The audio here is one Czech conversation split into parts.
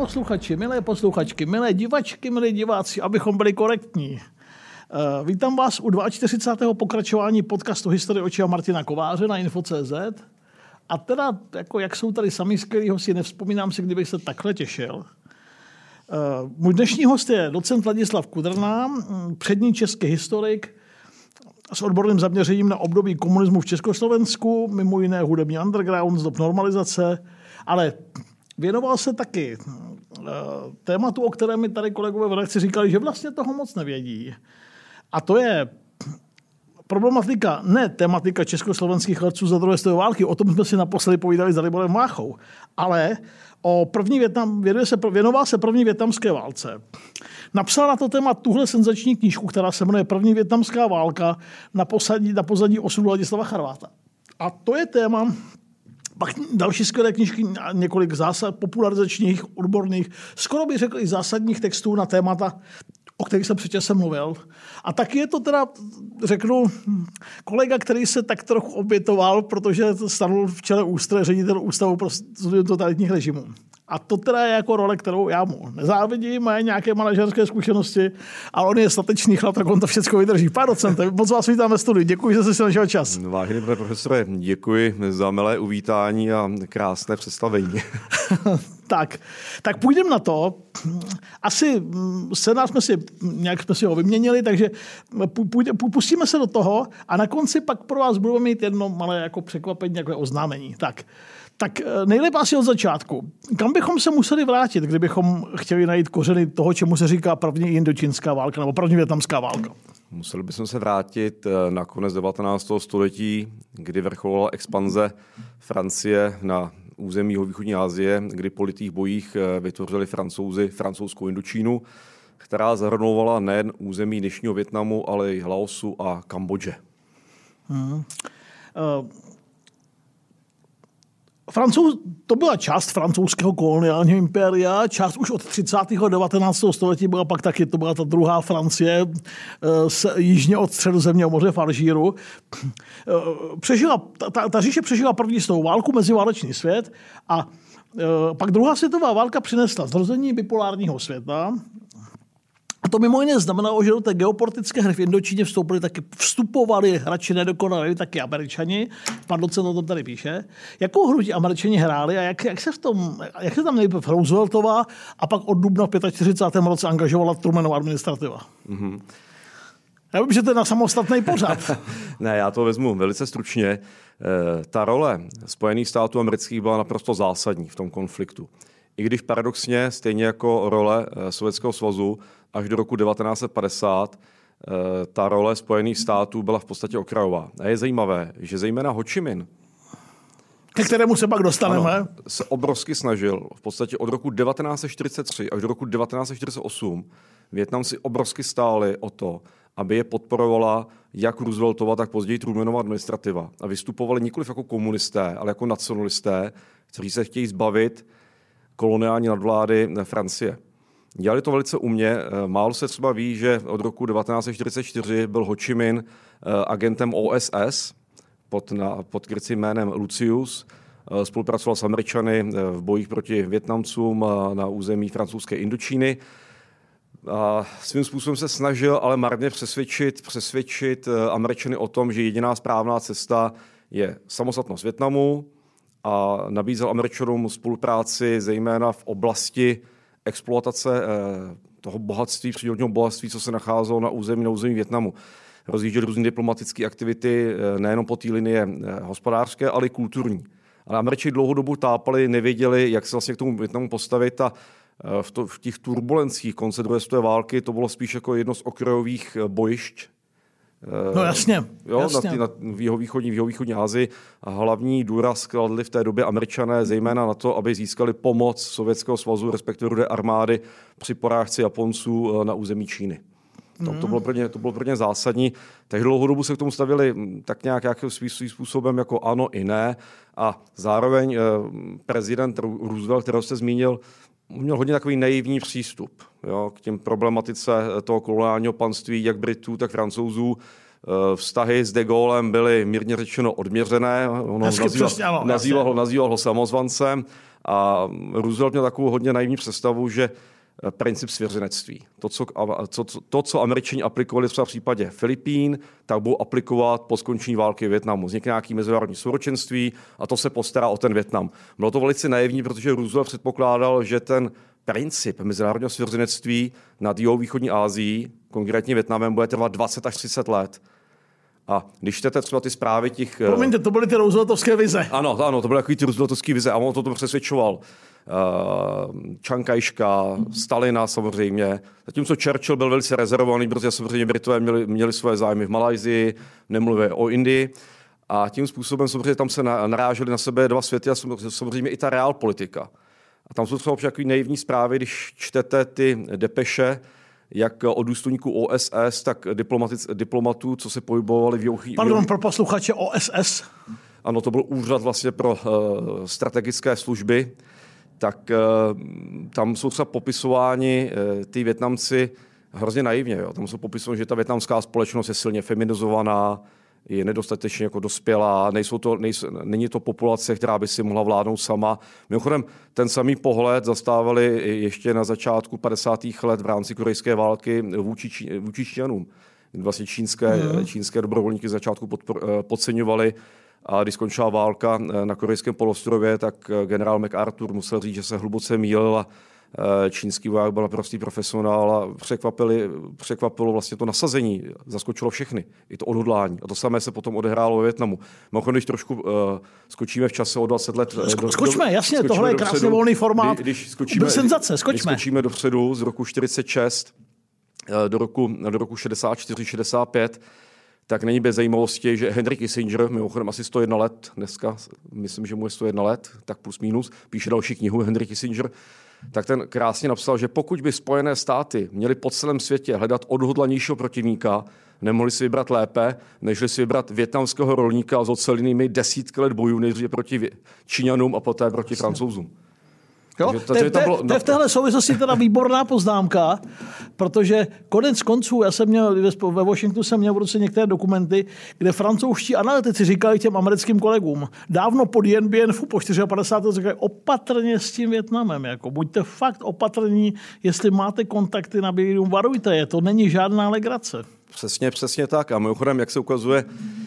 posluchači, milé posluchačky, milé divačky, milí diváci, abychom byli korektní. Vítám vás u 42. pokračování podcastu Historie očima Martina Kováře na info.cz. A teda, jako jak jsou tady sami skvělí hosti, nevzpomínám si, kdybych se takhle těšil. Můj dnešní host je docent Ladislav Kudrna, přední český historik s odborným zaměřením na období komunismu v Československu, mimo jiné hudební underground z dob normalizace, ale věnoval se taky tématu, o kterém mi tady kolegové v redakci říkali, že vlastně toho moc nevědí. A to je problematika, ne tematika československých letců za druhé světové války, o tom jsme si naposledy povídali s Liborem Váchou, ale věnoval se první vietnamské válce. Napsal na to téma tuhle senzační knížku, která se jmenuje První vietnamská válka na pozadí osudu Ladislava Charváta. A to je téma. Pak další skvělé knížky, několik popularizačních, odborných, skoro bych řekl i zásadních textů na témata, o kterých jsem předtím mluvil. A taky je to teda, řeknu, kolega, který se tak trochu obětoval, protože stanul v čele ředitel Ústavu pro studium totalitních režimů. A to teda je jako role, kterou já mu nezávidím, má nějaké manažerské zkušenosti, ale on je statečný chlap, tak on to všechno vydrží. Pane docente, moc vás vítám ve studiu. Děkuji, že jste si našel čas. Vážený pane profesore, děkuji za milé uvítání a krásné představení. Tak půjdeme na to. Asi scénář jsme si ho vyměnili, takže pustíme se do toho a na konci pak pro vás budeme mít jedno malé jako překvapení, jako oznámení. Tak nejlépe asi od začátku. Kam bychom se museli vrátit, kdybychom chtěli najít kořeny toho, čemu se říká první indočínská válka nebo první vietnamská válka? Museli bychom se vrátit na konec 19. století, kdy vrcholovala expanze Francie na území jihovýchodní Asie, kdy po litých bojích vytvořili Francouzi francouzskou Indočínu, která zahrnovala nejen území dnešního Vietnamu, ale i Laosu a Kambodže. To byla část francouzského koloniálního impéria, část už od 30. 19. století byla pak taky, to byla ta druhá Francie jižně od Středozemního moře v Alžíru. Ta říše přežila první světovou válku, meziválečný svět a pak druhá světová válka přinesla zrození bipolárního světa. A to mimo jiné znamenalo, že do té geopolitické hry v Indočíně vstupovali hráči nedokonalí, taky Američani. Pan docent o tom tady píše. Jakou hru ti Američani hráli a jak se tam nejprve Rooseveltová a pak od dubna v 45. roce angažovala Trumanova administrativa? Mm-hmm. Já vím, že to je na samostatný pořad. Ne, já to vezmu velice stručně. Ta role Spojených států amerických byla naprosto zásadní v tom konfliktu. I když paradoxně, stejně jako role Sovětského svazu, až do roku 1950 ta role Spojených států byla v podstatě okrajová. A je zajímavé, že zejména Ho Chi Minh, ke kterému se pak dostaneme, se obrovsky snažil v podstatě od roku 1943 až do roku 1948 Vietnamci obrovsky stáli o to, aby je podporovala jak Rooseveltova, tak později Trumanova administrativa. A vystupovali nikoliv jako komunisté, ale jako nacionalisté, kteří se chtějí zbavit koloniální nadvlády Francie. Dělali to velice umně. Málo se třeba ví, že od roku 1944 byl Ho Chi Minh agentem OSS pod krycím jménem Lucius. Spolupracoval s Američany v bojích proti Vietnamcům na území francouzské Indočíny. A svým způsobem se snažil ale marně přesvědčit Američany o tom, že jediná správná cesta je samostatnost Vietnamu, a nabízel Američanům spolupráci zejména v oblasti exploatace toho bohatství, přírodního bohatství, co se nacházelo na území Vietnamu. Rozjížděl různé diplomatické aktivity, nejenom po té linie hospodářské, ale i kulturní. Ale Američani dlouhou dobu tápali, nevěděli, jak se vlastně k tomu Vietnamu postavit a v těch turbulencích konce druhé světové války to bylo spíš jako jedno z okrajových bojišť. No jasně. V jihovýchodní Asii a hlavní důraz kladli v té době Američané zejména na to, aby získali pomoc Sovětského svazu, respektive Rudé armády při porážce Japonců na území Číny. To bylo pro ně zásadní. Takže dlouhou dobu se k tomu stavili tak nějak svým způsobem jako ano i ne. A zároveň prezident Roosevelt, kterého jste zmínil, měl hodně takový naivní přístup k těm problematice toho koloniálního panství, jak Britů, tak Francouzů. Vztahy s de Gaulem byly mírně řečeno odměřené. Nazýval ho samozvancem a Roosevelt měl takovou hodně naivní představu, že princip svěřenectví. To, co Američani aplikovali třeba v případě Filipín, tak budou aplikovat po skončení války v Vietnamu. Vznikne nějaké mezinárodní souročenství a to se postará o ten Vietnam. Bylo to velice naivní, protože Roosevelt předpokládal, že ten princip mezinárodního svěřenectví nad jihovýchodní Asií, konkrétně Vietnamem, bude trvat 20 až 30 let. A když čtete třeba ty zprávy těch... Promiňte, to byly ty Rooseveltovské vize. Ano, to byly takový ty Rooseveltovské vize a on to přesvědčoval. Chiang Kai-sheka, Stalina samozřejmě. Zatímco Churchill byl velice rezervovaný, protože samozřejmě Britové měli svoje zájmy v Malajsii, nemluvě o Indii. A tím způsobem samozřejmě tam se narážely na sebe dva světy a samozřejmě i ta realpolitika. A tam jsou třeba takový naivní zprávy, když čtete ty depeše, jak od důstojníků OSS, tak diplomatů, co se pohybovali v jihovýchodní... Pardon, pro posluchače OSS. Ano, to byl úřad vlastně pro strategické služby. Tak tam jsou třeba popisováni ty Vietnamci hrozně naivně. Jo. Tam jsou popisováni, že ta vietnamská společnost je silně feminizovaná, je nedostatečně jako dospělá, není to populace, která by si mohla vládnout sama. Mimochodem, ten samý pohled zastávali ještě na začátku 50. let v rámci korejské války vůči Číňanům. Vlastně čínské dobrovolníky z začátku podceňovali. A když skončila válka na korejském poloostrově, tak generál MacArthur musel říct, že se hluboce mýlil a čínský voják byl naprostý profesionál a překvapilo vlastně to nasazení, zaskočilo všechny, i to odhodlání. A to samé se potom odehrálo ve Vietnamu. Mimochodem, když trošku skočíme v čase o 20 let... Skočíme, jasně, tohle je krásně volný formát. Byl senzace, skočíme. Když skočíme dopředu z roku 46 do roku 64-65, tak není bez zajímavosti, že Henry Kissinger, mimochodem asi 101 let dneska, myslím, že mu je 101 let, tak plus minus, píše další knihu Henry Kissinger, tak ten krásně napsal, že pokud by Spojené státy měly po celém světě hledat odhodlanějšího protivníka, nemohli si vybrat lépe, než si vybrat vietnamského rolníka s ocelenými desítky let bojů nejdříve proti Číňanům a poté proti Francouzům. Jo? To je v téhle souvislosti teda výborná poznámka, protože konec konců, já jsem měl ve Washingtonu jsem měl v ruce některé dokumenty, kde francouzští analytici říkali těm americkým kolegům, dávno po Dien Bien Phu, po 54. říkali, opatrně s tím Vietnamem, jako buďte fakt opatrní, jestli máte kontakty na Bílý dům, varujte je, to není žádná legrace. Přesně tak. A mimochodem, jak se ukazuje,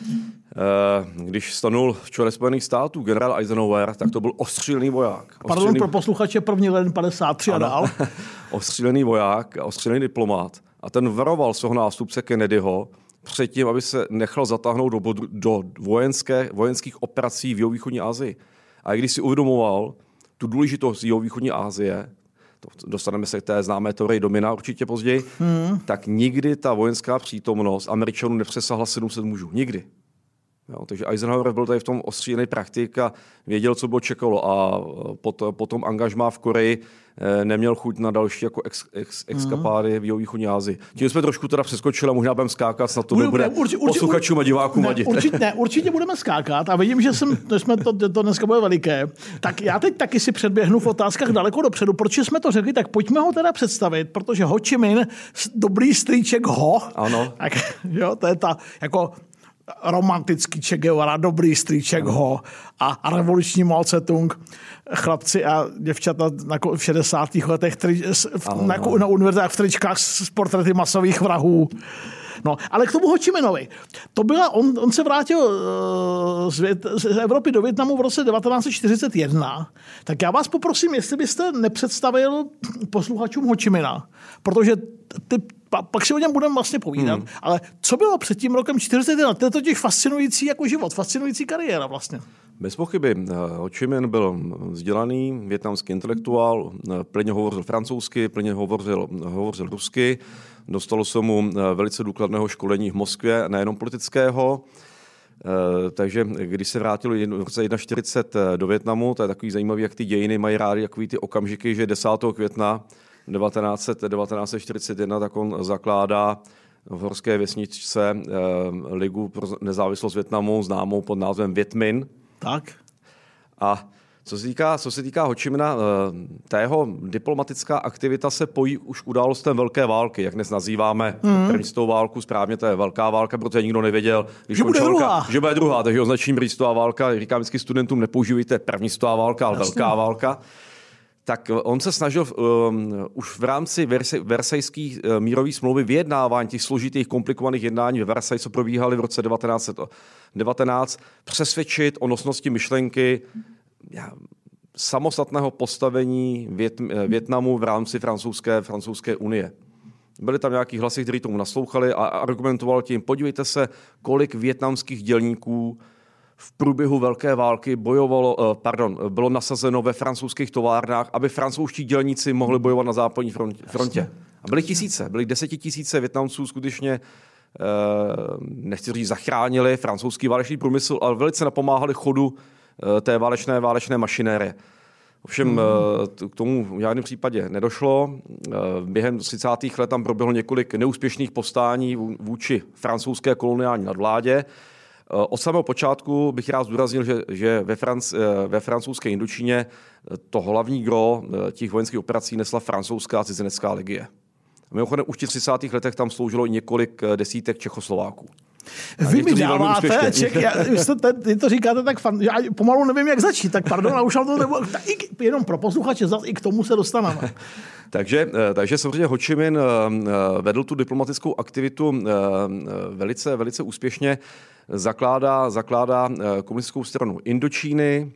když stanul v čele Spojených států generál Eisenhower, tak to byl ostřílený voják. Pardon pro posluchače, 1. leden 53 a dál. Ostřílený voják, ostřílený diplomát. A ten varoval svého nástupce Kennedyho před tím, aby se nechal zatáhnout do vojenských operací v jihovýchodní Asii. A když si uvědomoval tu důležitost jihovýchodní Asie, dostaneme se k té známé teorii domina určitě později, tak nikdy ta vojenská přítomnost Američanů nepřesahla 700 mužů. Nikdy. Jo, takže Eisenhower byl tady v tom ostřílený praktik a věděl, co bylo čekalo a potom angažmá v Koreji neměl chuť na další jako exkapády v jihovýchodní Asii. Tím jsme trošku teda přeskočili a možná budeme skákat, snad to bude posluchačům a divákům vadit. Určitě budeme skákat a vidím, že to dneska bude veliké. Tak já teď taky si předběhnu v otázkách daleko dopředu. Proč jsme to řekli, tak pojďme ho teda představit, protože Ho Chi Minh, dobrý strýček Ho, ano. Tak, jo, to je ta jako romantický Che Guevara, dobrý strýček Ho a revoluční Mao Tse-tung, chlapci a děvčata v 60. letech na univerzách v tričkách s portréty masových vrahů. No, ale k tomu Ho Chi Minhovi. To byla, on se vrátil z Evropy do Vietnamu v roce 1941. Tak já vás poprosím, jestli byste nepředstavil posluchačům Ho Chi Minha, protože pak si o něm budeme vlastně povídat. Ale co bylo před tím rokem 41? To je totiž fascinující jako život, fascinující kariéra vlastně. Bez pochyby. Ho Chi Minh byl vzdělaný vietnamský intelektuál, plně hovořil francouzsky, plně hovořil rusky. Dostalo se mu velice důkladného školení v Moskvě, nejenom politického. Takže když se vrátil v roce 1941 do Vietnamu, to je takový zajímavý, jak ty dějiny mají rádi takový ty okamžiky, že 10. května 1941, tak on zakládá v horské vesničce Ligu pro nezávislost Vietnamu, známou pod názvem Viet Minh. Tak. A Co se týká Ho Chi Mina, ta jeho diplomatická aktivita se pojí už k událostem velké války, jak dnes nazýváme první světovou válku, správně to je velká válka, protože nikdo nevěděl, že bude druhá, takže označím první světová válka, říkám vždycky studentům, nepoužívejte první světová válka, ale velká válka. Tak on se snažil už v rámci Versajských mírových smlouvy vyjednávání těch složitých, komplikovaných jednání ve Versailles, co probíhaly v roce 1919, přesvědčit o nosnosti myšlenky samostatného postavení Vietnamu v rámci francouzské unie. Byly tam nějaký hlasy, kteří tomu naslouchali a argumentoval tím, podívejte se, kolik vietnamských dělníků v průběhu velké války bylo nasazeno ve francouzských továrnách, aby francouzští dělníci mohli bojovat na západní frontě. A byly desetitisíce Vietnamců skutečně, nechci říct, zachránili francouzský válečný průmysl, ale velice napomáhali chodu té válečné mašinérie. Ovšem k tomu v žádném případě nedošlo. Během 30. let tam proběhlo několik neúspěšných povstání vůči francouzské koloniální nadvládě. Od samého počátku bych rád zdůraznil, že ve francouzské Indočíně to hlavní gro těch vojenských operací nesla francouzská cizinecká legie. Mimochodem už v těch 30. letech tam sloužilo i několik desítek Čechoslováků. Vy mi dáváte, vy to říkáte tak, já pomalu nevím, jak začít, tak pardon, a už to nebo, jenom pro posluchače, i k tomu se dostaneme. Takže samozřejmě Ho Chi Minh vedl tu diplomatickou aktivitu velice úspěšně, zakládá komunistickou stranu Indočíny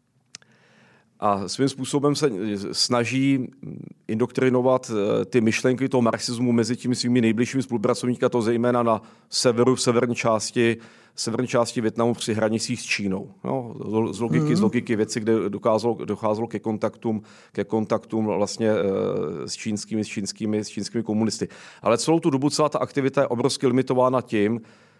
a svým způsobem se snaží indoktrinovat ty myšlenky toho marxismu mezi těmi svými nejbližšími spolupracovníky, a to zejména na severu, v severní části Vietnamu při hranicích s Čínou. No, z logiky věci, kde docházelo ke kontaktům vlastně s čínskými komunisty. Ale celou tu dobu celá ta aktivita je obrovsky limitována tím,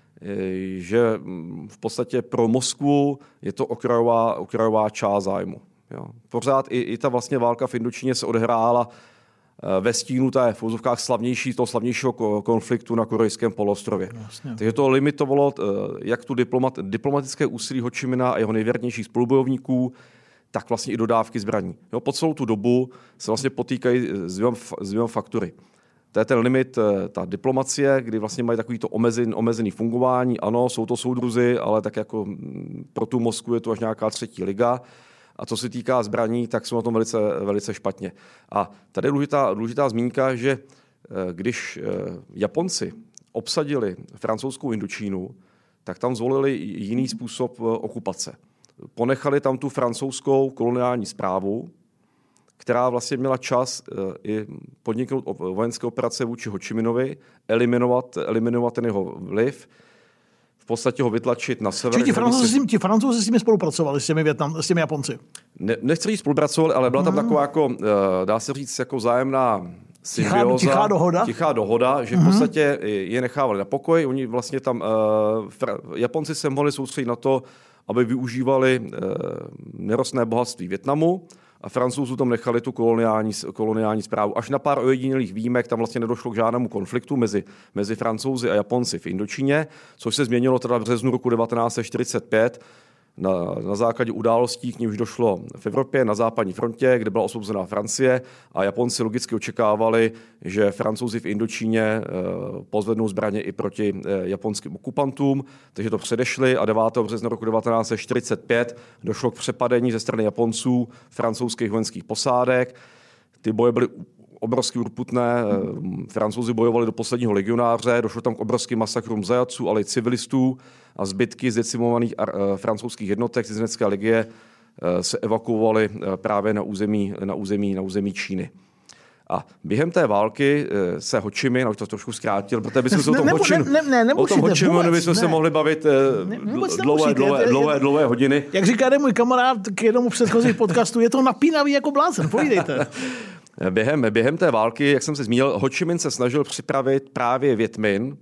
že v podstatě pro Moskvu je to okrajová část zájmu. Jo. Pořád i ta vlastně válka v Indočíně se odehrála ve stínu v uvozovkách toho slavnějšího konfliktu na korejském poloostrově. Takže to limitovalo jak tu diplomatické úsilí Ho Chi Mina a jeho nejvěrnějších spolubojovníků, tak vlastně i dodávky zbraní. Jo, po celou tu dobu se vlastně potýkají s dvěma faktory. To je ten limit, ta diplomacie, kdy vlastně mají takovýto omezený fungování. Ano, jsou to soudruzi, ale tak jako pro tu Moskvu je to až nějaká třetí liga. A co se týká zbraní, tak jsou na tom velice špatně. A tady je důležitá zmínka, že když Japonci obsadili francouzskou Indočínu, tak tam zvolili jiný způsob okupace. Ponechali tam tu francouzskou koloniální správu, která vlastně měla čas i podniknout vojenské operace vůči Ho Chi Minovi, eliminovat ten jeho vliv, v podstatě ho vytlačit na sever. Čili ti Francouzi s nimi spolupracovali, s těmi Japonci? Nechci říct spolupracovali, ale byla tam taková, jako, dá se říct, jako vzájemná symbioza, tichá dohoda, že v podstatě je nechávali na pokoji. Oni vlastně tam, Japonci se mohli soustředit na to, aby využívali nerostné bohatství Vietnamu, a Francouzů tam nechali tu koloniální správu. Až na pár ojedinělých výjimek tam vlastně nedošlo k žádnému konfliktu mezi Francouzi a Japonci v Indočíně, což se změnilo teda v březnu roku 1945 na základě událostí, k nimž došlo v Evropě na západní frontě, kde byla osvobozená Francie, a Japonci logicky očekávali, že Francouzi v Indočíně pozvednou zbraně i proti japonským okupantům, takže to předešli a 9. března roku 1945 došlo k přepadení ze strany Japonců francouzských vojenských posádek. Ty boje byly obrovsky urputné. Francouzi bojovali do posledního legionáře, došlo tam k obrovským masakrům zajatců, ale i civilistů, a zbytky zdecimovaných francouzských jednotek cizinecké legie se evakuovaly právě na území Číny. A během té války se Ho Chi Minh, už to trošku zkrátil, protože bychom se o tom Ho Chi Minovi bychom se mohli bavit dlouhé hodiny. Jak říká můj kamarád k jednomu předchozích podcastů, je to napínavý jako blázen, povídejte. Během té války, jak jsem se zmínil, Ho Chi Minh se snažil připravit právě Viet Minh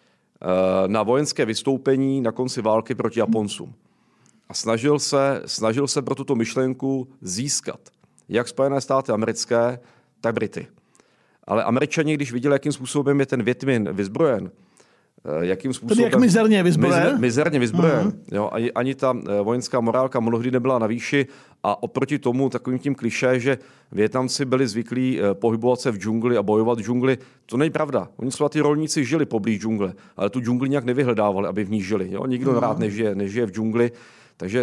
na vojenské vystoupení na konci války proti Japoncům. A snažil se pro tuto myšlenku získat jak Spojené státy americké, tak Brity. Ale Američani, když viděli, jakým způsobem je ten Viet Minh vyzbrojen, jakým způsobem... Tedy jak mizerně vyzbrojen? Mizerně vyzbrojen. Jo, ani ta vojenská morálka mnohdy nebyla na výši a oproti tomu takovým tím klišé, že Vietnamci byli zvyklí pohybovat se v džungli a bojovat v džungli, to není pravda. Oni třeba ty rolníci žili poblíž džungle, ale tu džungli nějak nevyhledávali, aby v ní žili. Jo? Nikdo rád nežije v džungli, takže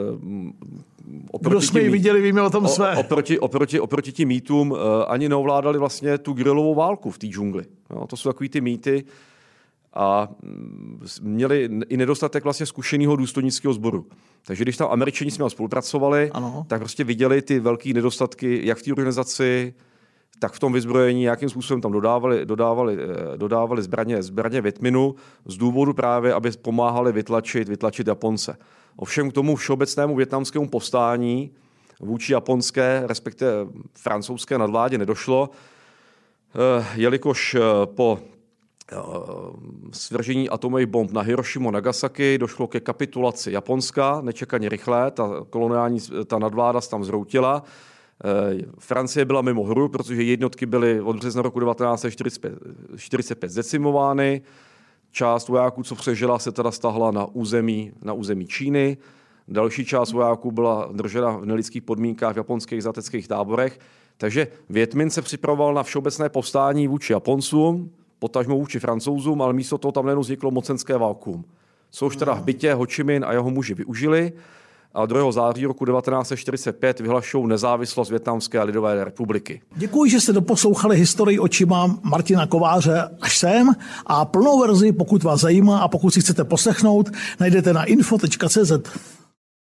kdo jsme ji viděli, víme o tom své. Oproti tím mýtům ani neovládali vlastně tu grilovou válku v té džungli. Jo? To jsou takový ty mýty a měli i nedostatek vlastně zkušeného důstojnického sboru. Takže když tam Američani s nimi spolupracovali, tak prostě viděli ty velké nedostatky jak v té organizaci, tak v tom vyzbrojení, jakým způsobem tam dodávali zbraně Vietminu z důvodu právě, aby pomáhali vytlačit Japonce. Ovšem k tomu všeobecnému vietnamskému povstání vůči japonské, respektive francouzské nadvládě nedošlo, jelikož po svržení atomových bomb na Hirošimu a Nagasaki došlo ke kapitulaci Japonska, nečekaně rychle, ta nadvláda se tam zhroutila. Francie byla mimo hru, protože jednotky byly od března roku 1945 zdecimovány. Část vojáků, co přežila, se teda stáhla na území Číny. Další část vojáků byla držena v nelidských podmínkách v japonských zateckých táborech. Takže Viet Minh se připravoval na všeobecné povstání vůči Japoncům, potažmo vůči Francouzům, ale místo toho tam najednou vzniklo mocenské vákuum. Což teda v bytě Ho Chi Minh a jeho muži využili a 2. září roku 1945 vyhlašují nezávislost Vietnamské lidové republiky. Děkuji, že jste doposlouchali historii očima Martina Kováře až sem a plnou verzi, pokud vás zajímá a pokud si chcete poslechnout, najdete na info.cz.